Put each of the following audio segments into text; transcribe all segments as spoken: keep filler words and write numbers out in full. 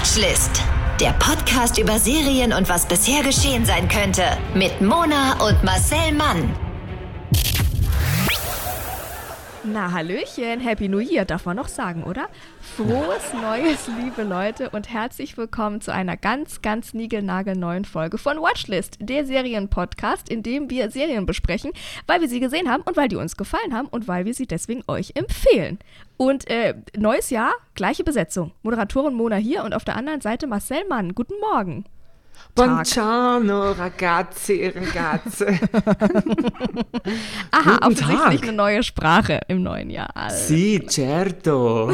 Watchlist. Der Podcast über Serien und was bisher geschehen sein könnte. Mit Mona und Marcel Mann. Na, Hallöchen, Happy New Year, darf man noch sagen, oder? Frohes Neues, liebe Leute, und herzlich willkommen zu einer ganz, ganz niegelnagelneuen Folge von Watchlist, der Serienpodcast, in dem wir Serien besprechen, weil wir sie gesehen haben und weil die uns gefallen haben und weil wir sie deswegen euch empfehlen. Und äh, neues Jahr, gleiche Besetzung. Moderatorin Mona hier und auf der anderen Seite Marcel Mann. Guten Morgen. Buongiorno, ragazzi, ragazze. Aha, Guten offensichtlich Tag. eine neue Sprache im neuen Jahr. Si, certo.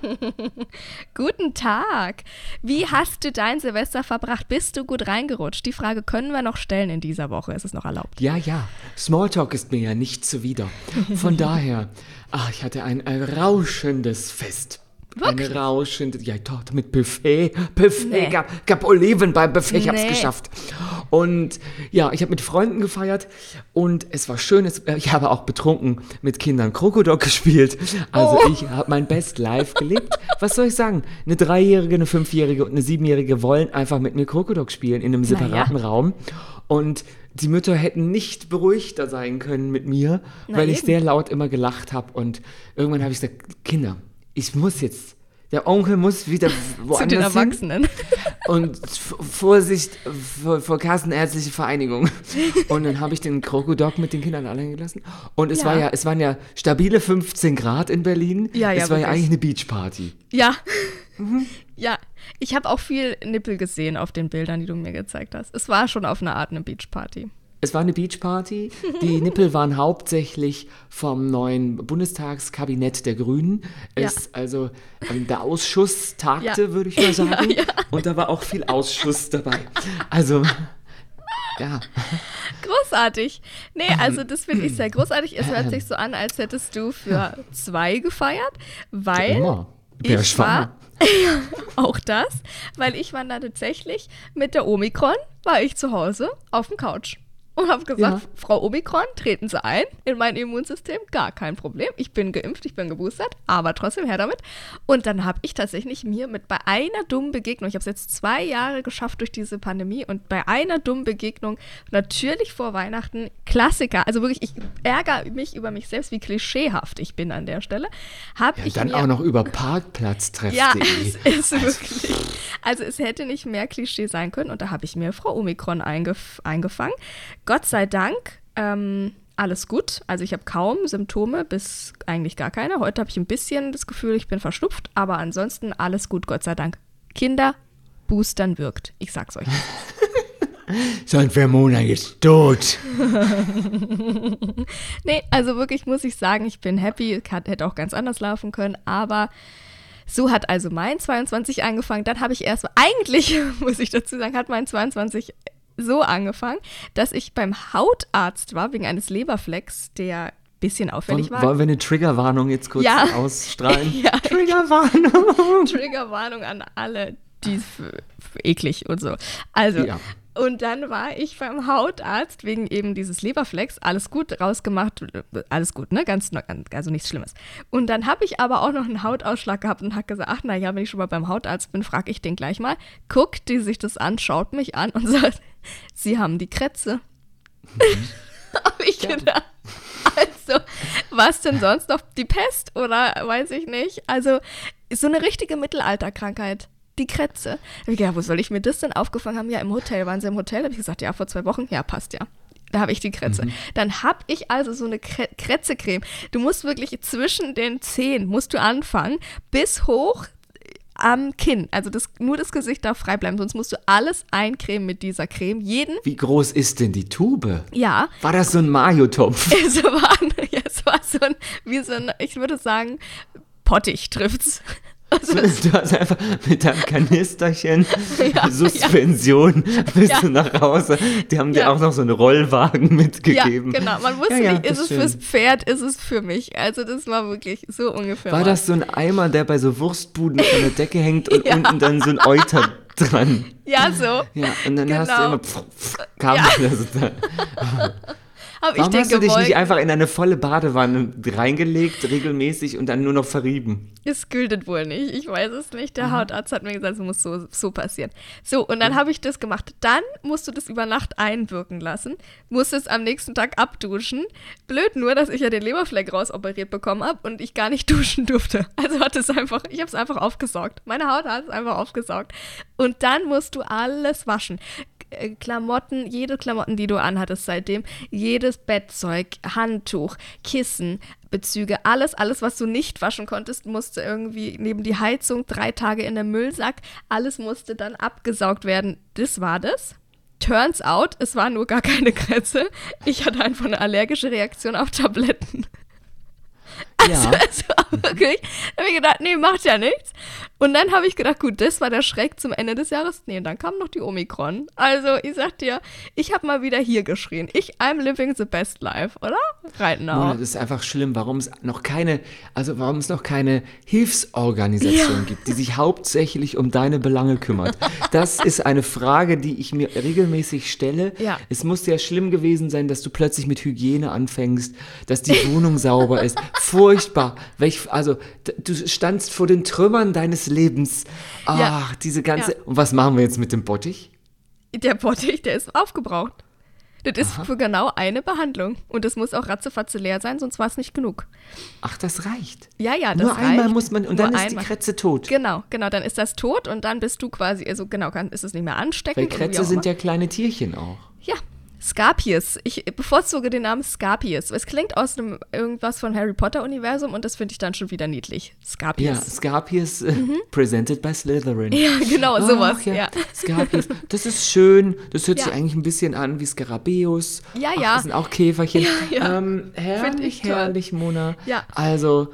Guten Tag. Wie hast du dein Silvester verbracht? Bist du gut reingerutscht? Die Frage können wir noch stellen in dieser Woche. Ist es noch erlaubt? Ja, ja, Smalltalk ist mir ja nicht zuwider. Von daher, ach, ich hatte ein rauschendes Fest. Wirklich? Ein rauschendes, ja, dort mit Buffet. Buffet, Nee. gab, gab Oliven beim Buffet, ich hab's Nee. geschafft. Und ja, ich habe mit Freunden gefeiert und es war schön. Es, ich habe auch betrunken mit Kindern Krokodok gespielt. Also Oh. ich habe mein Best Life gelebt. Was soll ich sagen? Eine Dreijährige, eine Fünfjährige und eine Siebenjährige wollen einfach mit mir Krokodok spielen in einem separaten Na ja. Raum. Und die Mütter hätten nicht beruhigter sein können mit mir, Na weil ich eben. sehr laut immer gelacht habe. Und irgendwann habe ich gesagt, Kinder, ich muss jetzt, der Onkel muss wieder woanders Zu den hin. Erwachsenen. Und f- Vorsicht vor, vor Kassenärztliche Vereinigung. Und dann habe ich den Krokodok mit den Kindern allein gelassen. Und es Ja. war ja, es waren ja stabile fünfzehn Grad in Berlin. Ja, ja, es war ja wirklich. eigentlich eine Beachparty. Ja. Ja, ich habe auch viel Nippel gesehen auf den Bildern, die du mir gezeigt hast. Es war schon auf eine Art eine Beachparty. Es war eine Beachparty. Die Nippel waren hauptsächlich vom neuen Bundestagskabinett der Grünen. Es, Also ähm, der Ausschuss tagte, Ja. würde ich mal sagen. Ja, ja. Und da war auch viel Ausschuss dabei. Also, ja. Großartig. Nee, also das finde ich sehr großartig. Es hört sich so an, als hättest du für zwei gefeiert, weil Immer. Ich bin ja ich schwanger. war, auch das, weil ich war da tatsächlich mit der Omikron, war ich zu Hause auf dem Couch. Und habe gesagt, Ja. Frau Omikron, treten Sie ein in mein Immunsystem, gar kein Problem. Ich bin geimpft, ich bin geboostert, aber trotzdem her damit. Und dann habe ich tatsächlich mir mit bei einer dummen Begegnung, ich habe es jetzt zwei Jahre geschafft durch diese Pandemie und bei einer dummen Begegnung, natürlich vor Weihnachten, Klassiker, also wirklich, ich ärgere mich über mich selbst, wie klischeehaft ich bin an der Stelle, habe Ja, ich dann mir... auch noch über Parkplatztreff.de. Ja, es ist wirklich. Also es hätte nicht mehr Klischee sein können und da habe ich mir Frau Omikron eingef- eingefangen. Gott sei Dank, ähm, alles gut. Also ich habe kaum Symptome, bis eigentlich gar keine. Heute habe ich ein bisschen das Gefühl, ich bin verschnupft, aber ansonsten alles gut, Gott sei Dank. Kinder, Boostern wirkt. Ich sag's euch. Sonst wäre Mona jetzt tot. Nee, also wirklich muss ich sagen, ich bin happy. Hat, hätte auch ganz anders laufen können, aber so hat also mein zweiundzwanzig angefangen. Dann habe ich erst, eigentlich, muss ich dazu sagen, hat mein zweiundzwanzig so angefangen, dass ich beim Hautarzt war, wegen eines Leberflecks, der ein bisschen auffällig Wollen, war. wollen wir eine Triggerwarnung jetzt kurz Ja. ausstrahlen? Ja. Triggerwarnung. Triggerwarnung an alle, die f- f- eklig und so. Also, Ja. und dann war ich beim Hautarzt wegen eben dieses Leberflecks, alles gut, rausgemacht, alles gut, ne, ganz, also nichts Schlimmes. Und dann habe ich aber auch noch einen Hautausschlag gehabt und habe gesagt, ach naja, wenn ich schon mal beim Hautarzt bin, frage ich den gleich mal. Guckt die sich das an, schaut mich an und sagt, Sie haben die Krätze. Habe ich gedacht. Also, was denn sonst noch? Die Pest oder weiß ich nicht. Also, so eine richtige Mittelalterkrankheit. Die Krätze. Da hab ich gedacht, wo soll ich mir das denn aufgefangen haben? Ja, im Hotel. Waren Sie im Hotel? Da habe ich gesagt, ja, vor zwei Wochen. Ja, passt ja. Da habe ich die Krätze. Mhm. Dann habe ich also so eine Krä- Krätzecreme. Du musst wirklich zwischen den Zehen, musst du anfangen, bis hoch am Kinn. Also das, nur das Gesicht darf frei bleiben, sonst musst du alles eincremen mit dieser Creme. Jeden, Wie groß ist denn die Tube? ja. War das so ein Mayo-Topf? Es war, ja, es war so ein, wie so ein, ich würde sagen, pottig trifft's. Also, Du hast einfach mit deinem Kanisterchen, Ja, Suspension, bist Ja. du nach Hause. Die haben dir Ja. auch noch so einen Rollwagen ja, mitgegeben. genau. Man wusste Ja, ja, nicht, ist das es stimmt. fürs Pferd, ist es für mich. Also das war wirklich so ungefähr. War mal. das so ein Eimer, der bei so Wurstbuden von der Decke hängt und Ja. unten dann so ein Euter dran? Ja, so. Ja, und dann hast du Genau. immer pf, pf, kam Ja. das dann. Habe ich Warum den hast du dich gewollt. nicht einfach in eine volle Badewanne reingelegt, regelmäßig und dann nur noch verrieben? Es gilt wohl nicht. Ich weiß es nicht. Der Hautarzt hat mir gesagt, es muss so, so passieren. So, und dann habe ich das gemacht. Dann musst du das über Nacht einwirken lassen. Musst es am nächsten Tag abduschen. Blöd nur, dass ich ja den Leberfleck rausoperiert bekommen habe und ich gar nicht duschen durfte. Also hat es einfach, ich habe es einfach aufgesaugt. Meine Haut hat es einfach aufgesaugt. Und dann musst du alles waschen. Klamotten, jede Klamotten, die du anhattest seitdem, jedes Bettzeug, Handtuch, Kissen, Bezüge, alles, alles, was du nicht waschen konntest, musste irgendwie neben die Heizung, drei Tage in der Müllsack, alles musste dann abgesaugt werden. Das war das. Turns out, es war nur gar keine Krätze. Ich hatte einfach eine allergische Reaktion auf Tabletten. Also, Ja. es war wirklich, da habe ich gedacht, nee, macht ja nichts. Und dann habe ich gedacht, gut, das war der Schreck zum Ende des Jahres. Nee, und dann kam noch die Omikron. Also, ich sag dir, ich habe mal wieder hier geschrien. Ich, I'm living the best life, oder? Right now. Mona, das ist einfach schlimm, warum es noch keine, also warum es noch keine Hilfsorganisation Ja. gibt, die sich hauptsächlich um deine Belange kümmert. Das ist eine Frage, die ich mir regelmäßig stelle. Ja. Es muss ja schlimm gewesen sein, dass du plötzlich mit Hygiene anfängst, dass die Wohnung sauber ist. Furchtbar. Welch, also, d- du standst vor den Trümmern deines Lebens. Ach, Ja. diese ganze. Ja. Und was machen wir jetzt mit dem Bottich? Der Bottich, der ist aufgebraucht. Das ist für genau eine Behandlung. Und das muss auch ratzefatze leer sein, sonst war es nicht genug. Ach, das reicht. Ja, ja, das Nur einmal reicht. muss man, und Nur dann ist einmal. die Krätze tot. Genau, genau, dann ist das tot und dann bist du quasi, also genau, kann, ist es nicht mehr ansteckend. Weil und wie Krätze auch sind immer. ja kleine Tierchen auch. Ja, Scarpius. Ich bevorzuge den Namen Scarpius. Es klingt aus einem irgendwas von Harry Potter-Universum und das finde ich dann schon wieder niedlich. Ja, Scarpius. Scarpius, äh, presented by Slytherin. Mhm. Ja, genau, sowas, Ach, ja. Scarpius, das ist schön. Das hört Ja. sich eigentlich ein bisschen an wie Skarabäus. Ja, Ach, ja. Das sind auch Käferchen. Ja, ja. Ähm, Find herrlich, ich toll. herrlich, Mona. Ja. Also,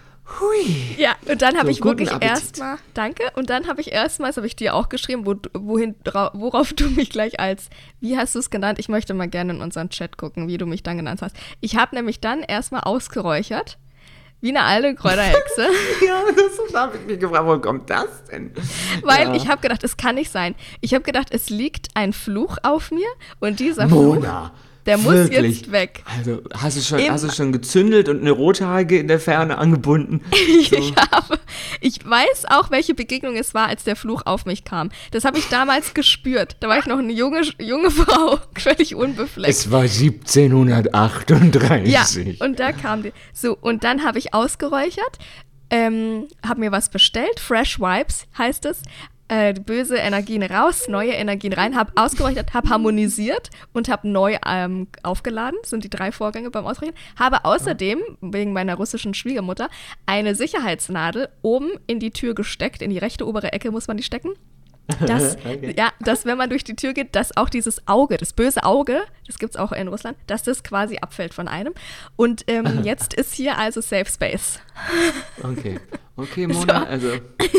hui. Ja, und dann habe So, ich guten wirklich Appetit. erstmal, danke, und dann habe ich erstmal, das habe ich dir auch geschrieben, wo, wohin, drau- worauf du mich gleich als, wie hast du es genannt? Ich möchte mal gerne in unseren Chat gucken, wie du mich dann genannt hast. Ich habe nämlich dann erstmal ausgeräuchert, wie eine alte Kräuterhexe, Ja, das habe ich mich gefragt, wo kommt das denn? weil Ja. ich habe gedacht, es kann nicht sein. Ich habe gedacht, es liegt ein Fluch auf mir und dieser Fluch, Mona, der muss wirklich? jetzt weg. Also, hast du, schon, Im- hast du schon gezündelt und eine Rothaarige in der Ferne angebunden? Ich habe, ich weiß auch, welche Begegnung es war, als der Fluch auf mich kam. Das habe ich damals gespürt. Da war ich noch eine junge, junge Frau, völlig unbefleckt. Es war siebzehnhundertachtunddreißig. Ja, und da kam die. So, und dann habe ich ausgeräuchert, ähm, habe mir was bestellt. Fresh Vibes heißt es. Äh, böse Energien raus, neue Energien rein, habe ausgeräuchert, habe harmonisiert und habe neu ähm, aufgeladen. Das sind die drei Vorgänge beim Ausräuchern. Habe außerdem, wegen meiner russischen Schwiegermutter, eine Sicherheitsnadel oben in die Tür gesteckt. In die rechte obere Ecke muss man die stecken. Dass, Okay. ja, dass, wenn man durch die Tür geht, dass auch dieses Auge, das böse Auge, das gibt es auch in Russland, dass das quasi abfällt von einem. Und ähm, jetzt ist hier also Safe Space. Okay, okay, Mona, also.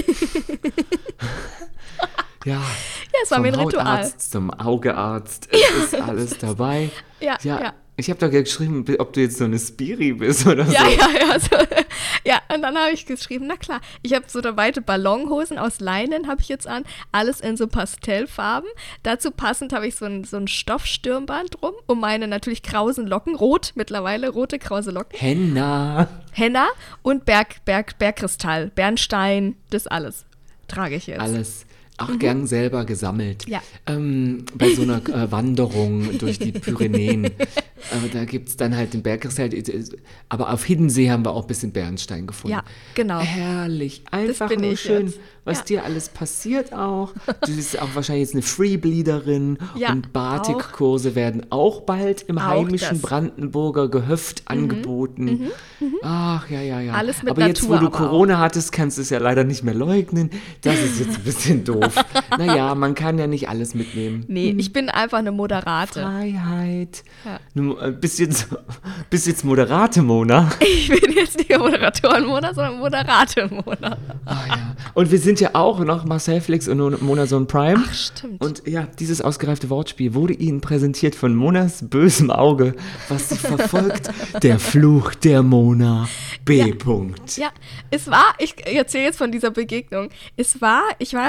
Ja, Ja, es war vom mir ein Ritual. Hautarzt zum Augearzt, es ist alles dabei. Ja, ja. Ich habe doch geschrieben, ob du jetzt so eine Spiri bist oder Ja, so. ja, ja. So, ja, und dann habe ich geschrieben, na klar, ich habe so da weite Ballonhosen aus Leinen habe ich jetzt an, alles in so Pastellfarben. Dazu passend habe ich so ein, so ein Stoffstirnband drum, um meine natürlich krausen Locken, rot mittlerweile, rote krause Locken, Henna. Henna und Berg, Berg, Bergkristall, Bernstein, das alles trage ich jetzt. Alles. Auch gern selber gesammelt. Ja. Ähm, bei so einer äh, Wanderung durch die Pyrenäen. Aber da gibt es dann halt den Bergkristall. Aber auf Hiddensee haben wir auch ein bisschen Bernstein gefunden. Ja, genau. Herrlich. Einfach bin nur ich schön, jetzt. was Ja. dir alles passiert auch. Du bist auch wahrscheinlich jetzt eine Freebleederin. Ja, und Batikkurse werden auch bald im Auch heimischen das. Brandenburger Gehöft angeboten. Ach, ja, ja, ja. Alles mit aber jetzt, wo Natur du aber auch. Corona hattest, kannst du es ja leider nicht mehr leugnen. Das ist jetzt ein bisschen doof. Naja, man kann ja nicht alles mitnehmen. Nee, ich bin einfach eine Moderate. Freiheit. Ja. Du äh, bist jetzt, bist jetzt moderate, Mona. Ich bin jetzt nicht Moderatoren-Mona, sondern Moderate-Mona. Ah, ja. Und wir sind ja auch noch Marcel Flix und Mona Sohn Prime. Ach, stimmt. Und ja, dieses ausgereifte Wortspiel wurde Ihnen präsentiert von Monas bösem Auge, was sie verfolgt. Der Fluch der Mona. B. Punkt. Ja, es war, ich erzähle jetzt von dieser Begegnung. Es war, ich war ja doch früher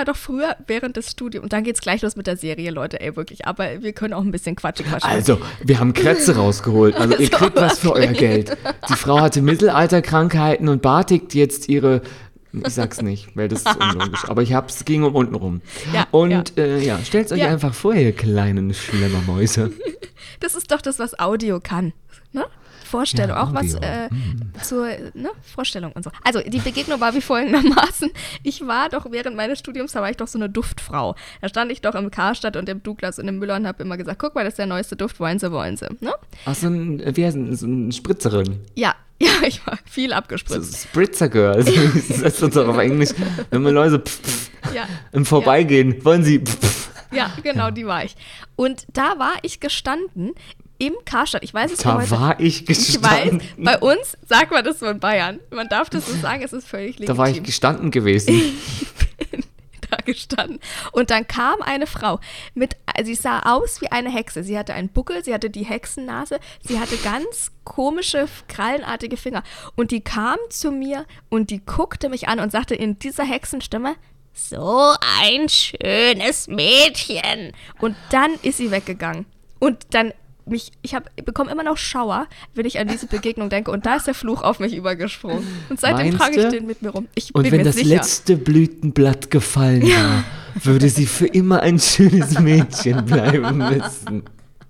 wir während des Studiums, und dann geht's gleich los mit der Serie, Leute, ey, wirklich, aber wir können auch ein bisschen Quatsch quatschen. Also, wir haben Krätze rausgeholt, also ihr So, kriegt was für okay. euer Geld. Die Frau hatte Mittelalterkrankheiten und batigt jetzt ihre, ich sag's nicht, weil das ist unlogisch, aber ich hab's, ging um unten rum. Ja, und ja, äh, ja stellt euch Ja. einfach vor, ihr kleinen Schlemmermäuse. Das ist doch das, was Audio kann, ne? Vorstellung, Ja, auch was Audio. äh, zur ne, Vorstellung und so. Also die Begegnung war wie folgendermaßen. Ich war doch während meines Studiums, da war ich doch so eine Duftfrau. Da stand ich doch im Karstadt und im Douglas und im Müller und habe immer gesagt, guck mal, das ist der neueste Duft, wollen Sie, wollen Sie. Ne? Ach, so ein, wie heißt denn, so eine Spritzerin. Ja, ja, ich war viel So abgespritzt. Spritzer Girl, das ist das doch auf Englisch. Wenn man Leute pf, pf, Ja, im Vorbeigehen, wollen sie pf, pf. ja, genau, die war ich. Und da war ich gestanden im Karstadt. Ich weiß es Da heute. war ich Ich weiß, gestanden. bei uns sagt man das so in Bayern. Man darf das so sagen, es ist völlig legitim. Da war ich gestanden gewesen. bin da gestanden. Und dann kam eine Frau mit, sie sah aus wie eine Hexe. Sie hatte einen Buckel, sie hatte die Hexennase, sie hatte ganz komische, krallenartige Finger. Und die kam zu mir und die guckte mich an und sagte in dieser Hexenstimme, so ein schönes Mädchen. Und dann ist sie weggegangen. Und dann mich, ich hab, bekomme immer noch Schauer, wenn ich an diese Begegnung denke. Und da ist der Fluch auf mich übergesprungen. Und seitdem Meinst trage ich du? den mit mir rum. Ich Und bin wenn mir das sicher. letzte Blütenblatt gefallen war, würde sie für immer ein schönes Mädchen bleiben müssen.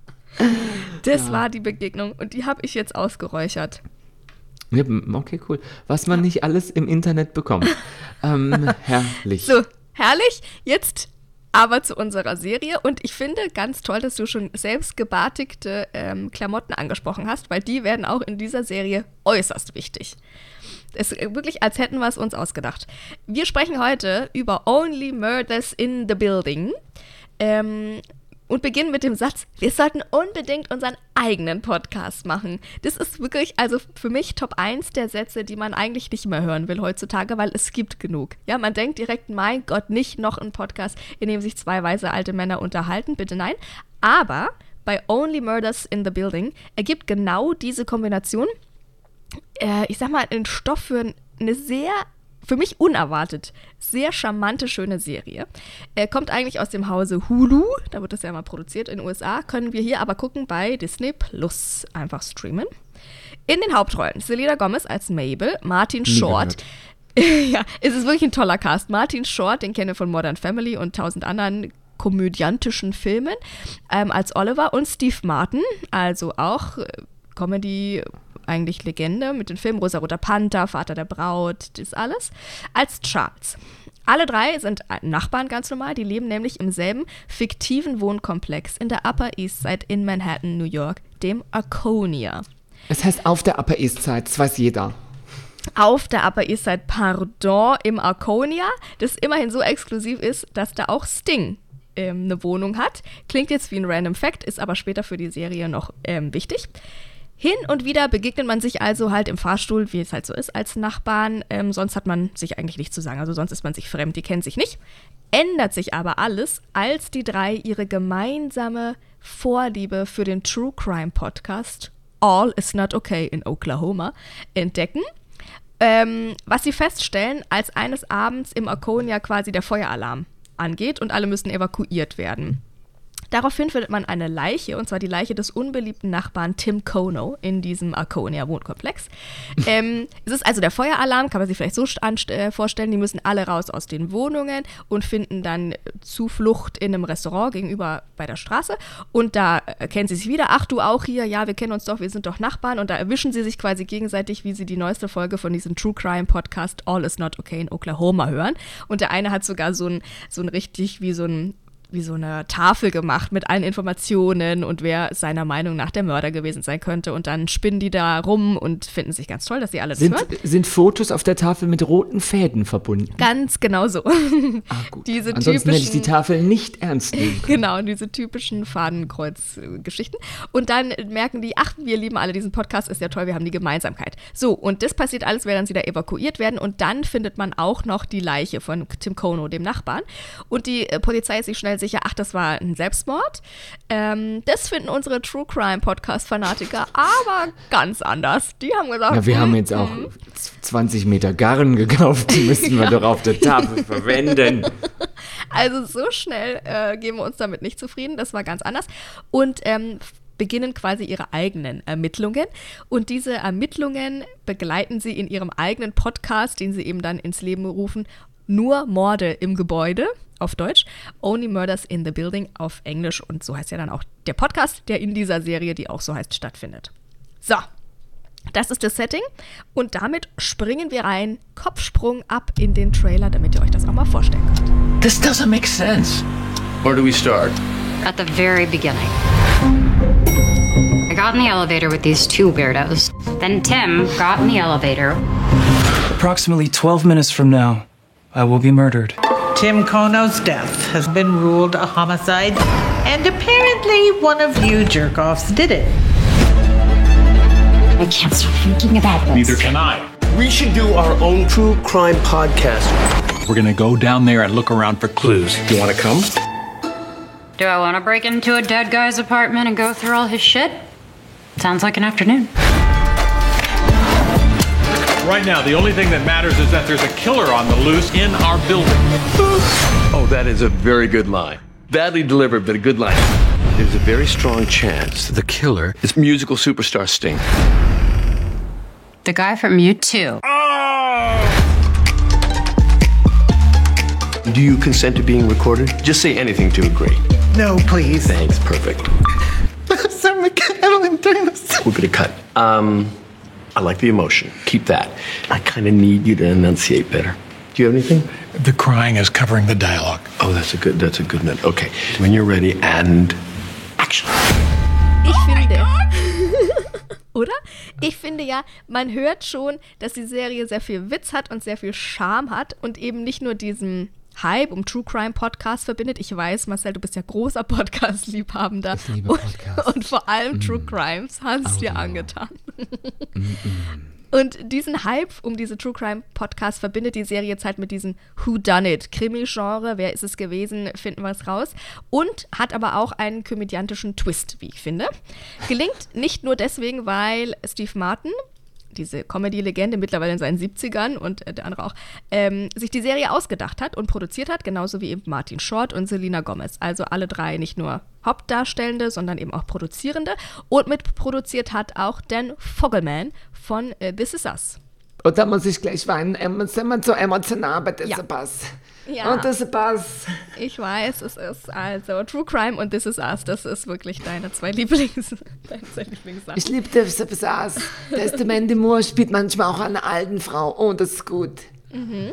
Das war die Begegnung und die habe ich jetzt ausgeräuchert. Ja, okay, cool. Was man nicht alles im Internet bekommt. Ähm, herrlich. So, herrlich. Jetzt aber zu unserer Serie. Und ich finde ganz toll, dass du schon selbst gebartigte ähm, Klamotten angesprochen hast, weil die werden auch in dieser Serie äußerst wichtig. Es ist wirklich, als hätten wir es uns ausgedacht. Wir sprechen heute über Only Murders in the Building. Ähm, und beginnen mit dem Satz, wir sollten unbedingt unseren eigenen Podcast machen. Das ist wirklich, also für mich Top eins der Sätze, die man eigentlich nicht mehr hören will heutzutage, weil es gibt genug. Ja, man denkt direkt, mein Gott, nicht noch ein Podcast, in dem sich zwei weise alte Männer unterhalten, bitte nein. Aber bei Only Murders in the Building ergibt genau diese Kombination, äh, ich sag mal, einen Stoff für eine sehr, für mich unerwartet, sehr charmante, schöne Serie. Er kommt eigentlich aus dem Hause Hulu, da wird das ja mal produziert in den U S A, können wir hier aber gucken bei Disney Plus, einfach streamen. In den Hauptrollen Selena Gomez als Mabel, Martin Nie Short. Ja, es ist wirklich ein toller Cast. Martin Short, den kennen wir von Modern Family und tausend anderen komödiantischen Filmen, ähm, als Oliver, und Steve Martin, also auch äh, Comedy, eigentlich Legende mit den Filmen Rosa-Roter Panther, Vater der Braut, das alles, als Charles. Alle drei sind Nachbarn ganz normal, die leben nämlich im selben fiktiven Wohnkomplex in der Upper East Side in Manhattan, New York, dem Arconia. Es heißt auf der Upper East Side, das weiß jeder. Auf der Upper East Side, pardon, im Arconia, das immerhin so exklusiv ist, dass da auch Sting ähm, eine Wohnung hat. Klingt jetzt wie ein Random Fact, ist aber später für die Serie noch ähm, wichtig. Hin und wieder begegnet man sich also halt im Fahrstuhl, wie es halt so ist, als Nachbarn. Ähm, sonst hat man sich eigentlich nichts zu sagen, also sonst ist man sich fremd, die kennen sich nicht. Ändert sich aber alles, als die drei ihre gemeinsame Vorliebe für den True Crime Podcast All is Not Okay in Oklahoma entdecken. Ähm, was sie feststellen, als eines Abends im Arconia quasi der Feueralarm angeht und alle müssen evakuiert werden. Daraufhin findet man eine Leiche, und zwar die Leiche des unbeliebten Nachbarn Tim Kono in diesem Arconia-Wohnkomplex. ähm, es ist also der Feueralarm, kann man sich vielleicht so anst- äh, vorstellen, die müssen alle raus aus den Wohnungen und finden dann Zuflucht in einem Restaurant gegenüber bei der Straße. Und da erkennen sie sich wieder, ach du auch hier, ja, wir kennen uns doch, wir sind doch Nachbarn. Und da erwischen sie sich quasi gegenseitig, wie sie die neueste Folge von diesem True Crime Podcast All is Not Okay in Oklahoma hören. Und der eine hat sogar so ein, so ein richtig wie so ein wie so eine Tafel gemacht mit allen Informationen und wer seiner Meinung nach der Mörder gewesen sein könnte. Und dann spinnen die da rum und finden sich ganz toll, dass sie alle das Sind, hören. sind Fotos auf der Tafel mit roten Fäden verbunden? Ganz genau so. Ah, gut. Diese Ansonsten hätte ich die typischen- Tafel nicht ernst nehmen können. Genau, diese typischen Fadenkreuz-Geschichten. Und dann merken die, ach, wir lieben alle diesen Podcast, ist ja toll, wir haben die Gemeinsamkeit. So, und das passiert alles, während sie da evakuiert werden. Und dann findet man auch noch die Leiche von Tim Kono, dem Nachbarn. Und die äh, Polizei ist sich schnell sicher, ach, das war ein Selbstmord. Ähm, das finden unsere True Crime Podcast-Fanatiker aber ganz anders. Die haben gesagt, Ja, wir hm, haben jetzt auch zwanzig Meter Garn gekauft, die müssen wir doch auf der Tafel verwenden. Also so schnell äh, geben wir uns damit nicht zufrieden. Das war ganz anders. Und ähm, beginnen quasi ihre eigenen Ermittlungen. Und diese Ermittlungen begleiten sie in ihrem eigenen Podcast, den sie eben dann ins Leben rufen. Nur Morde im Gebäude, auf Deutsch. Only Murders in the Building auf Englisch. Und so heißt ja dann auch der Podcast, der in dieser Serie, die auch so heißt, stattfindet. So, das ist das Setting. Und damit springen wir rein, Kopfsprung ab in den Trailer, damit ihr euch das auch mal vorstellen könnt. This doesn't make sense. Where do we start? At the very beginning. I got in the elevator with these two weirdos. Then Tim got in the elevator. Approximately twelve minutes from now, I will be murdered. Tim Kono's death has been ruled a homicide, and apparently one of you jerk-offs did it. I can't stop thinking about this. Neither can I. We should do our own true crime podcast. We're gonna go down there and look around for clues. You wanna come? Do I want to break into a dead guy's apartment and go through all his shit? Sounds like an afternoon. Right now, the only thing that matters is that there's a killer on the loose in our building. Oh, that is a very good line. Badly delivered, but a good line. There's a very strong chance that the killer is musical superstar Sting. The guy from U two. Do you consent to being recorded? Just say anything to agree. No, please. Thanks, perfect. We're gonna cut. Um, I like the emotion. Keep that. I kind of need you to enunciate better. Do you have anything? The crying is covering the dialogue. Oh, that's a good. That's a good note. Okay, when you're ready, and action. Ich finde, oder? Ich finde ja, man hört schon, dass die Serie sehr viel Witz hat und sehr viel Charme hat und eben nicht nur diesen Hype um True Crime Podcast verbindet. Ich weiß, Marcel, du bist ja großer Podcast-Liebhabender. Ich liebe Podcasts. Und, und vor allem mm. True Crimes hast es dir angetan. Und diesen Hype um diese True Crime Podcast verbindet die Serie jetzt halt mit diesem Whodunit, Krimi-Genre, wer ist es gewesen, finden wir es raus. Und hat aber auch einen komödiantischen Twist, wie ich finde. Gelingt nicht nur deswegen, weil Steve Martin, diese Comedy-Legende, mittlerweile in seinen siebzigern und äh, der andere auch, ähm, sich die Serie ausgedacht hat und produziert hat, genauso wie eben Martin Short und Selena Gomez. Also alle drei nicht nur Hauptdarstellende, sondern eben auch Produzierende. Und mitproduziert hat auch Dan Fogelman von äh, This Is Us. Und da muss ich gleich weinen. Ähm, sind wir so emotional, aber das Ja. ist was. Ja. Und das ist was. Ich weiß, es ist also True Crime und This Is Us. Das ist wirklich deine zwei Lieblings, deine zwei Lieblingssachen. Ich liebe das, das ist was. Da ist der Mandy Moore, spielt manchmal auch eine alten Frau. Oh, das ist gut. Mhm.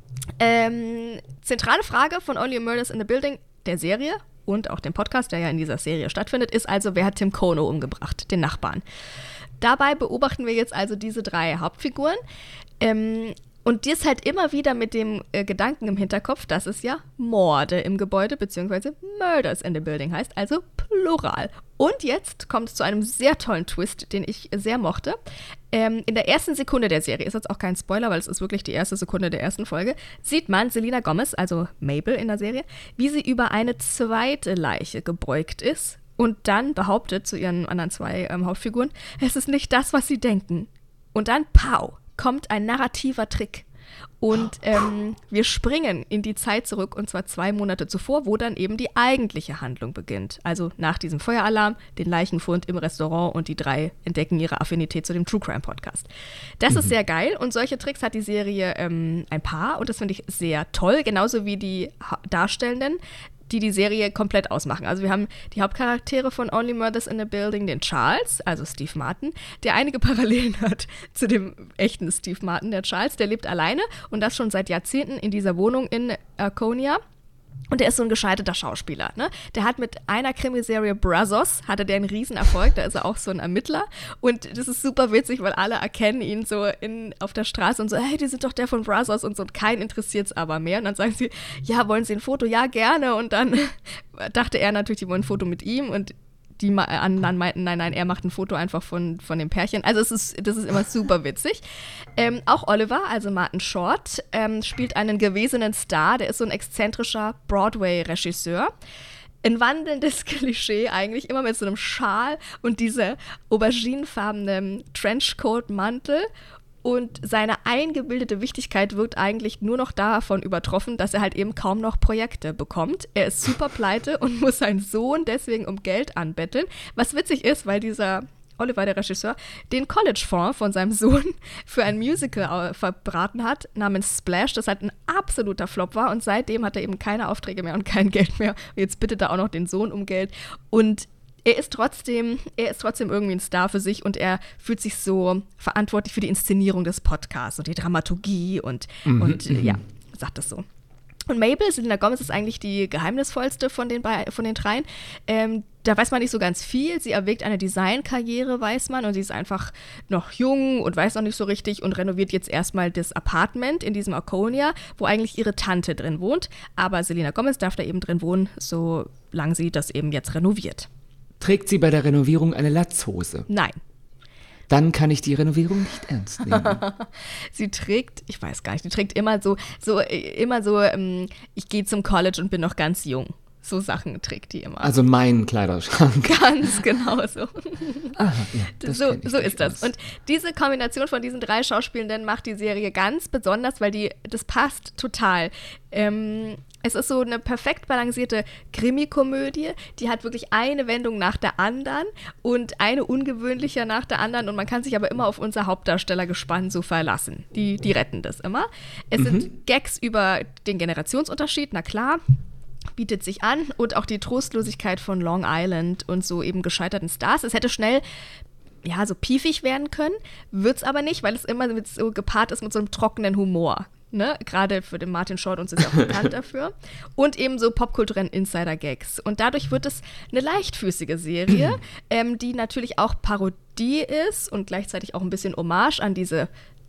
Ähm, zentrale Frage von Only Murders in the Building, der Serie und auch dem Podcast, der ja in dieser Serie stattfindet, ist also, wer hat Tim Kono umgebracht, den Nachbarn? Dabei beobachten wir jetzt also diese drei Hauptfiguren. Ähm, Und dies halt immer wieder mit dem äh, Gedanken im Hinterkopf, dass es ja Morde im Gebäude bzw. Murders in the Building heißt, also Plural. Und jetzt kommt es zu einem sehr tollen Twist, den ich sehr mochte. Ähm, in der ersten Sekunde der Serie, ist jetzt auch kein Spoiler, weil es ist wirklich die erste Sekunde der ersten Folge, sieht man Selena Gomez, also Mabel in der Serie, wie sie über eine zweite Leiche gebeugt ist und dann behauptet zu ihren anderen zwei ähm, Hauptfiguren, es ist nicht das, was sie denken. Und dann, pow, kommt ein narrativer Trick. Und ähm, wir springen in die Zeit zurück, und zwar zwei Monate zuvor, wo dann eben die eigentliche Handlung beginnt. Also nach diesem Feueralarm, den Leichenfund im Restaurant und die drei entdecken ihre Affinität zu dem True Crime Podcast. Das mhm. ist sehr geil und solche Tricks hat die Serie ähm, ein paar und das finde ich sehr toll, genauso wie die ha- Darstellenden, die die Serie komplett ausmachen. Also wir haben die Hauptcharaktere von Only Murders in the Building, den Charles, also Steve Martin, der einige Parallelen hat zu dem echten Steve Martin. Der Charles, der lebt alleine und das schon seit Jahrzehnten in dieser Wohnung in Arconia. Und der ist so ein gescheiterter Schauspieler, ne? Der hat mit einer Krimiserie Brazos, hatte der einen Riesenerfolg, da ist er auch so ein Ermittler und das ist super witzig, weil alle erkennen ihn so in, auf der Straße und so, hey, die sind doch der von Brazos und so und keinen interessiert es aber mehr und dann sagen sie, ja, wollen Sie ein Foto? Ja, gerne und dann dachte er natürlich, die wollen ein Foto mit ihm und die anderen meinten, nein, nein, er macht ein Foto einfach von, von dem Pärchen. Also es ist, das ist immer super witzig. Ähm, auch Oliver, also Martin Short, ähm, spielt einen gewesenen Star. Der ist so ein exzentrischer Broadway-Regisseur. Ein wandelndes Klischee eigentlich, immer mit so einem Schal und dieser auberginefarbenen Trenchcoat-Mantel Und seine eingebildete Wichtigkeit wird eigentlich nur noch davon übertroffen, dass er halt eben kaum noch Projekte bekommt. Er ist super pleite und muss seinen Sohn deswegen um Geld anbetteln. Was witzig ist, weil dieser Oliver, der Regisseur, den College-Fonds von seinem Sohn für ein Musical verbraten hat, namens Splash, das halt ein absoluter Flop war. Und seitdem hat er eben keine Aufträge mehr und kein Geld mehr. Und jetzt bittet er auch noch den Sohn um Geld. Und er ist trotzdem, er ist trotzdem irgendwie ein Star für sich und er fühlt sich so verantwortlich für die Inszenierung des Podcasts und die Dramaturgie und, mhm, und mhm. ja, sagt das so. Und Mabel, Selena Gomez, ist eigentlich die geheimnisvollste von den, von den dreien. Ähm, da weiß man nicht so ganz viel. Sie erwägt eine Designkarriere, weiß man. Und sie ist einfach noch jung und weiß noch nicht so richtig und renoviert jetzt erstmal das Apartment in diesem Arconia, wo eigentlich ihre Tante drin wohnt. Aber Selena Gomez darf da eben drin wohnen, solange sie das eben jetzt renoviert. Trägt sie bei der Renovierung eine Latzhose? Nein. Dann kann ich die Renovierung nicht ernst nehmen. Sie trägt, ich weiß gar nicht, sie trägt immer so, so immer so, ähm, ich gehe zum College und bin noch ganz jung. So Sachen trägt die immer. Also mein Kleiderschrank. Ganz genau so. Aha, ja, das so kenn ich so ist das. aus. Und diese Kombination von diesen drei Schauspielenden macht die Serie ganz besonders, weil die, das passt total. Ähm, es ist so eine perfekt balancierte Krimi-Komödie, die hat wirklich eine Wendung nach der anderen und eine ungewöhnlicher nach der anderen und man kann sich aber immer auf unser Hauptdarstellergespann so verlassen. Die, die retten das immer. Es mhm. sind Gags über den Generationsunterschied, na klar, bietet sich an und auch die Trostlosigkeit von Long Island und so eben gescheiterten Stars. Es hätte schnell ja, so piefig werden können, wird's aber nicht, weil es immer mit so gepaart ist mit so einem trockenen Humor. Ne? Gerade für den Martin Short, uns ist ja auch bekannt dafür. Und eben so popkulturellen Insider-Gags. Und dadurch wird es eine leichtfüßige Serie, ähm, die natürlich auch Parodie ist und gleichzeitig auch ein bisschen Hommage an diese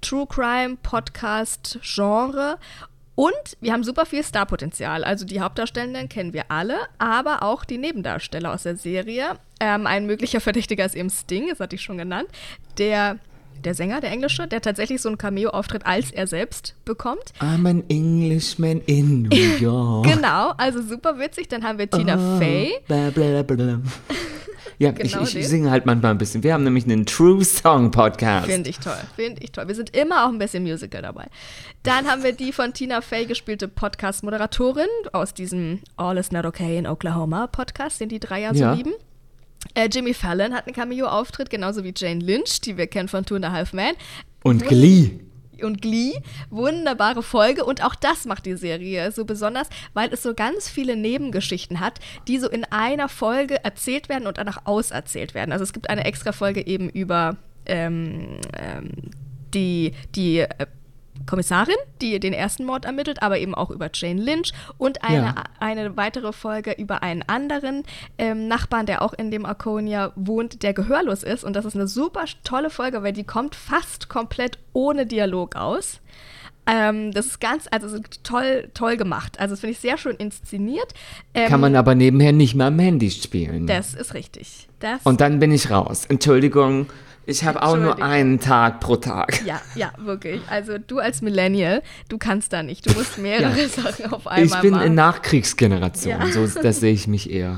True-Crime-Podcast-Genre. Und wir haben super viel Starpotenzial. Also die Hauptdarstellenden kennen wir alle, aber auch die Nebendarsteller aus der Serie. Ähm, ein möglicher Verdächtiger ist eben Sting, das hatte ich schon genannt. Der, der Sänger, der Englische, der tatsächlich so einen Cameo-Auftritt als er selbst bekommt. I'm an Englishman in New York. Genau, also super witzig. Dann haben wir Tina oh, Fey. Bla bla bla. Ja, Genau ich, ich den. singe halt manchmal ein bisschen. Wir haben nämlich einen True Song Podcast. Finde ich toll, finde ich toll. Wir sind immer auch ein bisschen Musical dabei. Dann haben wir die von Tina Fey gespielte Podcast-Moderatorin aus diesem All is Not Okay in Oklahoma Podcast, den die drei ja so Ja. lieben. Äh, Jimmy Fallon hat einen Cameo-Auftritt, genauso wie Jane Lynch, die wir kennen von Two and a Half Men. Und Glee. Und Glee, wunderbare Folge und auch das macht die Serie so besonders, weil es so ganz viele Nebengeschichten hat, die so in einer Folge erzählt werden und danach auserzählt werden. Also es gibt eine extra Folge eben über ähm, ähm, die, die äh, Kommissarin, die den ersten Mord ermittelt, aber eben auch über Jane Lynch und eine, Ja. eine weitere Folge über einen anderen ähm, Nachbarn, der auch in dem Arconia wohnt, der gehörlos ist. Und das ist eine super tolle Folge, weil die kommt fast komplett ohne Dialog aus. Ähm, das ist ganz, also es ist toll, toll gemacht. Also das finde ich sehr schön inszeniert. Ähm, Kann man aber nebenher nicht mal am Handy spielen. Das ist richtig. Das Und dann bin ich raus. Entschuldigung, ich habe auch nur Entschuldigung. einen Tag pro Tag. Ja, ja, wirklich. Also du als Millennial, du kannst da nicht. Du musst mehrere Ja. Sachen auf einmal Ich bin machen. in Nachkriegsgeneration, Ja. so das sehe ich mich eher.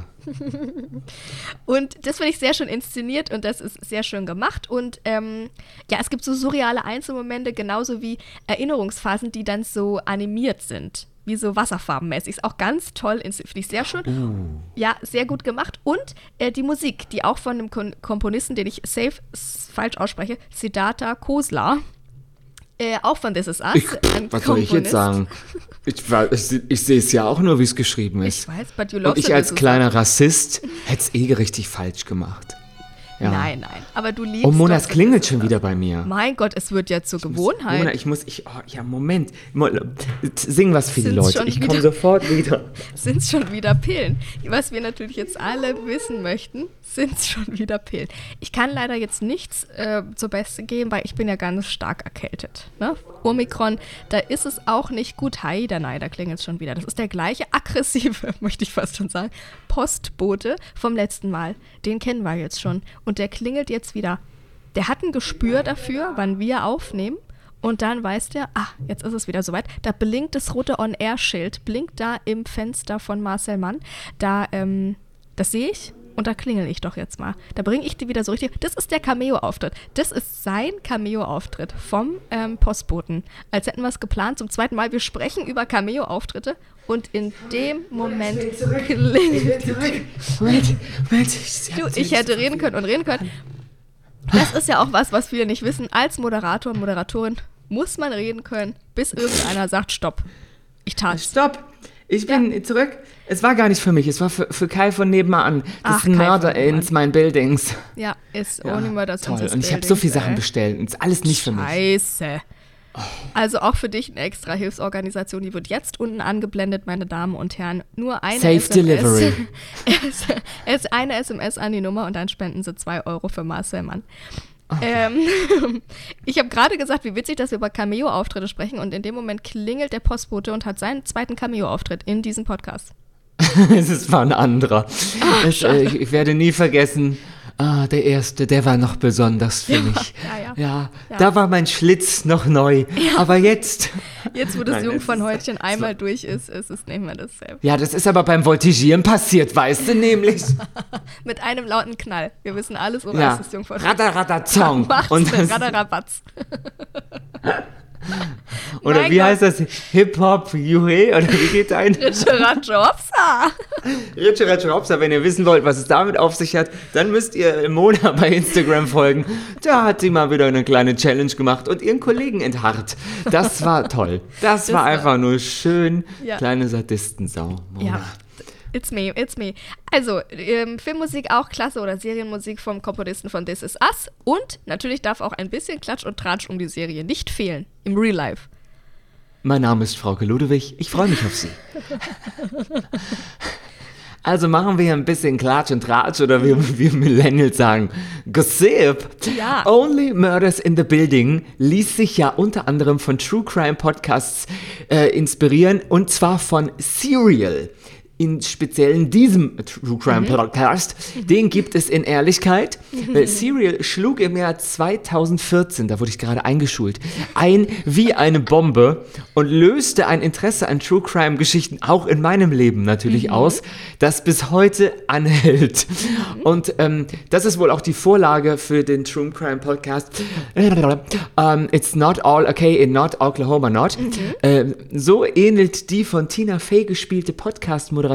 Und das finde ich sehr schön inszeniert und das ist sehr schön gemacht. Und ähm, ja, es gibt so surreale Einzelmomente, genauso wie Erinnerungsphasen, die dann so animiert sind. Wie so wasserfarbenmäßig. Ist auch ganz toll, finde ich sehr schön. Uh. Ja, sehr gut gemacht. Und äh, die Musik, die auch von einem Kon- Komponisten, den ich safe s- falsch ausspreche, Siddhartha Khosla, äh, auch von This Is Us. Ich, pff, was soll ich jetzt sagen? Ich, war- ich, ich sehe es ja auch nur, wie es geschrieben ist. Ich weiß, but you love Und ich the als This Is kleiner Us. Rassist hätte es eh richtig falsch gemacht. Ja. Nein, nein. Aber du liebst Oh, Mona, es doch klingelt This Is schon Us. wieder bei mir. Mein Gott, es wird ja zur Gewohnheit. Mona, ich muss, ich, oh, ja, Moment. Mo- Sing was für die Sind's Leute. schon Ich wieder? komme sofort wieder. Sind es schon wieder Pillen? Was wir natürlich jetzt alle wissen möchten, sind es schon wieder Pillen. Ich kann leider jetzt nichts äh, zur Beste geben, weil ich bin ja ganz stark erkältet. Ne? Omikron, da ist es auch nicht gut. Hi, da nein, da klingelt es schon wieder. Das ist der gleiche aggressive, möchte ich fast schon sagen, Postbote vom letzten Mal. Den kennen wir jetzt schon. Und der klingelt jetzt wieder. Der hat ein Gespür dafür, wann wir aufnehmen. Und dann weiß der, ah, jetzt ist es wieder soweit. Da blinkt das rote On-Air-Schild, blinkt da im Fenster von Marcel Mann. Da, ähm, das sehe ich. Und da klingel ich doch jetzt mal. Da bringe ich die wieder so richtig. Das ist der Cameo-Auftritt. Das ist sein Cameo-Auftritt vom ähm, Postboten. Als hätten wir es geplant zum zweiten Mal. Wir sprechen über Cameo-Auftritte und in dem Moment klingelt. Moment, Moment. Ich, Du, ich hätte reden können und reden können. Das ist ja auch was, was viele nicht wissen. Als Moderator, Moderatorin muss man reden können, bis irgendeiner sagt, stopp. Ich tat. Stopp. Ich bin ja. zurück. Es war gar nicht für mich, es war für, für Kai von nebenan. Das Ach, ist ein Kai Murder von nebenan. in mein Buildings. Ja, ist Ja, ohne Murder toll. in Und ich habe so viele Sachen ey. bestellt und es ist alles nicht für mich. Scheiße. Also auch für dich eine extra Hilfsorganisation, die wird jetzt unten angeblendet, meine Damen und Herren. Nur eine Safe S M S. Delivery. es, es ist eine S M S an die Nummer und dann spenden sie zwei Euro für Marcel Mann. Okay. Ähm, ich habe gerade gesagt, wie witzig, dass wir über Cameo-Auftritte sprechen und in dem Moment klingelt der Postbote und hat seinen zweiten Cameo-Auftritt in diesem Podcast. Es war ein anderer. Ach, es, äh, ich, ich werde nie vergessen, ah, der erste, der war noch besonders für mich. Ja, ja. Ja, Ja. da war mein Schlitz noch neu. Aber jetzt... Jetzt, wo das Nein, Jungfernhäutchen es ist- einmal durch ist, ist es nicht mehr dasselbe. Ja, das ist aber beim Voltigieren passiert, weißt du nämlich. Mit einem lauten Knall. Wir wissen alles, oder Ja, ist das Jungfernhäutchen? Radaradatong. Macht's Und denn, das- Radarabatz. Oder Mein wie Gott. heißt das? Hip-Hop, Juhe? Oder wie geht ein? Richard Hopsa. Richard Hopsa, wenn ihr wissen wollt, was es damit auf sich hat, dann müsst ihr Mona bei Instagram folgen. Da hat sie mal wieder eine kleine Challenge gemacht und ihren Kollegen entharrt. Das war toll. Das, Das war war- einfach nur schön. Ja. Kleine Sadistensau. Mona. Ja, it's me, it's me. Also, ähm, Filmmusik auch klasse oder Serienmusik vom Komponisten von This Is Us. Und natürlich darf auch ein bisschen Klatsch und Tratsch um die Serie nicht fehlen. Im Real Life. Mein Name ist Frauke Ludewig. Ich freue mich auf Sie. Also machen wir hier ein bisschen Klatsch und Tratsch oder wie wir Millennials sagen, Gossip. Ja. Only Murders in the Building ließ sich ja unter anderem von True Crime Podcasts äh, inspirieren und zwar von Serial. In speziellen diesem True Crime Mhm. Podcast, den gibt es in Ehrlichkeit. Äh, Serial schlug im Jahr zweitausendvierzehn, da wurde ich gerade eingeschult, ein wie eine Bombe und löste ein Interesse an True Crime Geschichten auch in meinem Leben natürlich Mhm. aus, das bis heute anhält. Und ähm, das ist wohl auch die Vorlage für den True Crime Podcast. Um, it's not all okay in not Oklahoma not. Ähm, so ähnelt die von Tina Fey gespielte Podcast-Moderatorin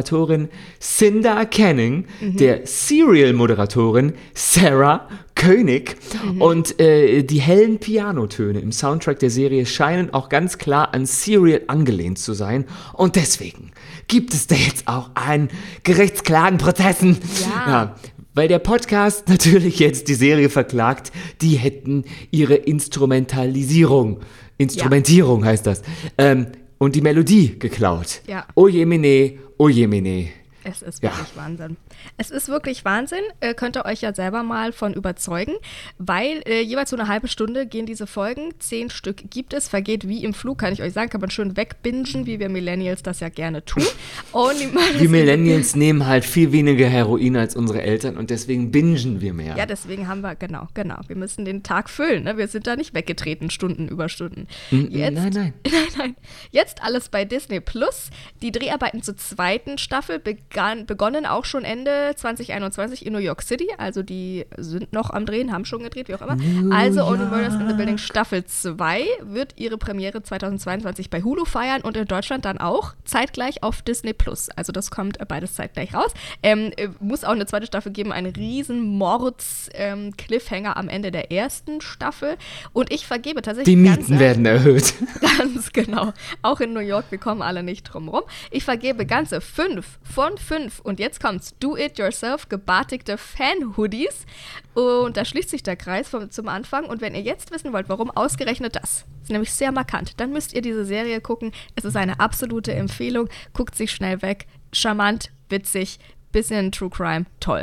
Cinda Canning, der Serial-Moderatorin Sarah König und äh, die hellen Pianotöne im Soundtrack der Serie scheinen auch ganz klar an Serial angelehnt zu sein und deswegen gibt es da jetzt auch einen Gerichtsklagenprozessen. Ja. Ja, weil der Podcast natürlich jetzt die Serie verklagt, die hätten ihre Instrumentalisierung, Instrumentierung heißt das, ähm, und die Melodie geklaut. Ja. Oh jemine, oh jemine. Es ist Ja. wirklich Wahnsinn. Es ist wirklich Wahnsinn. Äh, könnt ihr euch ja selber mal von überzeugen, weil äh, jeweils so eine halbe Stunde gehen diese Folgen. Zehn Stück gibt es, vergeht wie im Flug, kann ich euch sagen. Kann man schön wegbingen, wie wir Millennials das ja gerne tun. Und Die Millennials nehmen halt viel weniger Heroin als unsere Eltern und deswegen bingen wir mehr. Ja, deswegen haben wir, genau, genau. Wir müssen den Tag füllen. Ne? Wir sind da nicht weggetreten, Stunden über Stunden. Jetzt, nein, nein. Nein, nein. Jetzt alles bei Disney Plus. Die Dreharbeiten zur zweiten Staffel begann, begonnen auch schon Ende zwanzig einundzwanzig in New York City. Also die sind noch am Drehen, haben schon gedreht, wie auch immer. New also Only Murders in the York. Building Staffel zwei wird ihre Premiere zweitausendzweiundzwanzig bei Hulu feiern und in Deutschland dann auch zeitgleich auf Disney Plus. Also das kommt äh, beides zeitgleich raus. Ähm, äh, muss auch eine zweite Staffel geben, einen riesen Mords-Cliffhanger am Ende der ersten Staffel. Und ich vergebe tatsächlich Die ganz Mieten werden erhöht. Ganz genau. Auch in New York, wir kommen alle nicht drum rum. Ich vergebe ganze fünf von fünf. Und jetzt kommt's. Do-it-yourself gebartigte Fan-Hoodies. Und da schließt sich der Kreis vom, zum Anfang. Und wenn ihr jetzt wissen wollt, warum ausgerechnet das, ist nämlich sehr markant, dann müsst ihr diese Serie gucken. Es ist eine absolute Empfehlung. Guckt sich schnell weg. Charmant, witzig, bisschen True Crime. Toll.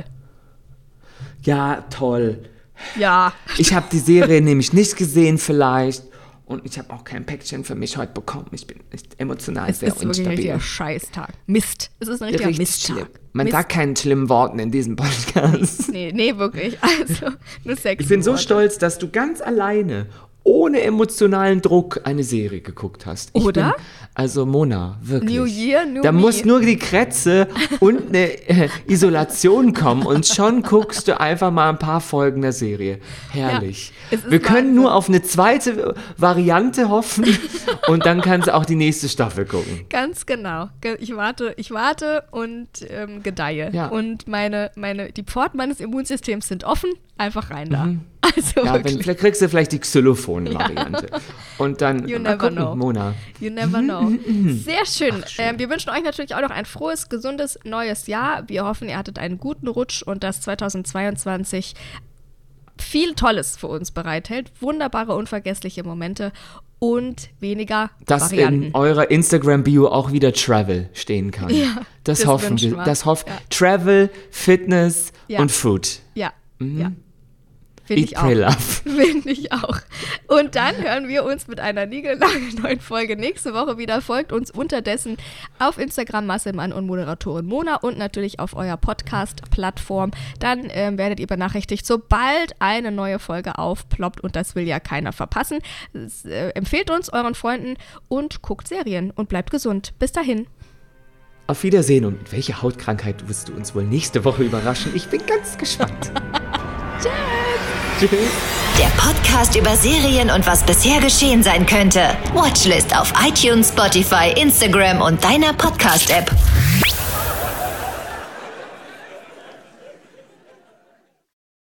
Ja, toll. Ja. Ich habe die Serie nämlich nicht gesehen vielleicht und ich habe auch kein Päckchen für mich heute bekommen. Ich bin echt emotional Es sehr ist wirklich ein instabil. richtiger Scheißtag. Mist. Es ist ein richtiger Richtig Misttag. schlimm. Man Mist. sagt keinen schlimmen Worten in diesem Podcast. Nee, nee, wirklich. Also, nur sexy Ich bin so Worte. stolz, dass du ganz alleine, ohne emotionalen Druck eine Serie geguckt hast. Ich Oder? Bin, also Mona, wirklich. New Year, New Da Me. muss nur die Krätze und eine äh, Isolation kommen und schon guckst du einfach mal ein paar Folgen der Serie. Herrlich. Ja, es ist Wir können Wahnsinn. nur auf eine zweite Variante hoffen und dann kannst du auch die nächste Staffel gucken. Ganz genau. Ge- Ich warte, ich warte und ähm, gedeihe. Ja. Und meine, meine, die Pforten meines Immunsystems sind offen. Einfach rein da. Also Ja, wenn, wirklich. vielleicht kriegst du vielleicht die Xylophon-Variante. Und dann You mal never gucken, know. Mona. You never know. Sehr schön. Ähm, wir wünschen euch natürlich auch noch ein frohes, gesundes neues Jahr. Wir hoffen, ihr hattet einen guten Rutsch und dass zweitausendzweiundzwanzig viel Tolles für uns bereithält. Wunderbare, unvergessliche Momente und weniger Dass Varianten. in eurer Instagram-Bio auch wieder Travel stehen kann. Ja, das, das hoffen wünschen wir. wir. Das hoff Ja. Travel, Fitness Ja. und Food. Ja, ja. Finde Eat, ich pray, auch. love. Finde ich auch. Und dann hören wir uns mit einer niegelnagelneuen neuen Folge nächste Woche wieder. Folgt uns unterdessen auf Instagram Masselmann und Moderatorin Mona und natürlich auf eurer Podcast-Plattform. Dann ähm, werdet ihr benachrichtigt, sobald eine neue Folge aufploppt und das will ja keiner verpassen. Es, äh, empfehlt uns euren Freunden und guckt Serien und bleibt gesund. Bis dahin. Auf Wiedersehen und mit welcher Hautkrankheit wirst du uns wohl nächste Woche überraschen? Ich bin ganz gespannt. Tschüss. Tschüss. Der Podcast über Serien und was bisher geschehen sein könnte. Watchlist auf iTunes, Spotify, Instagram und deiner Podcast-App.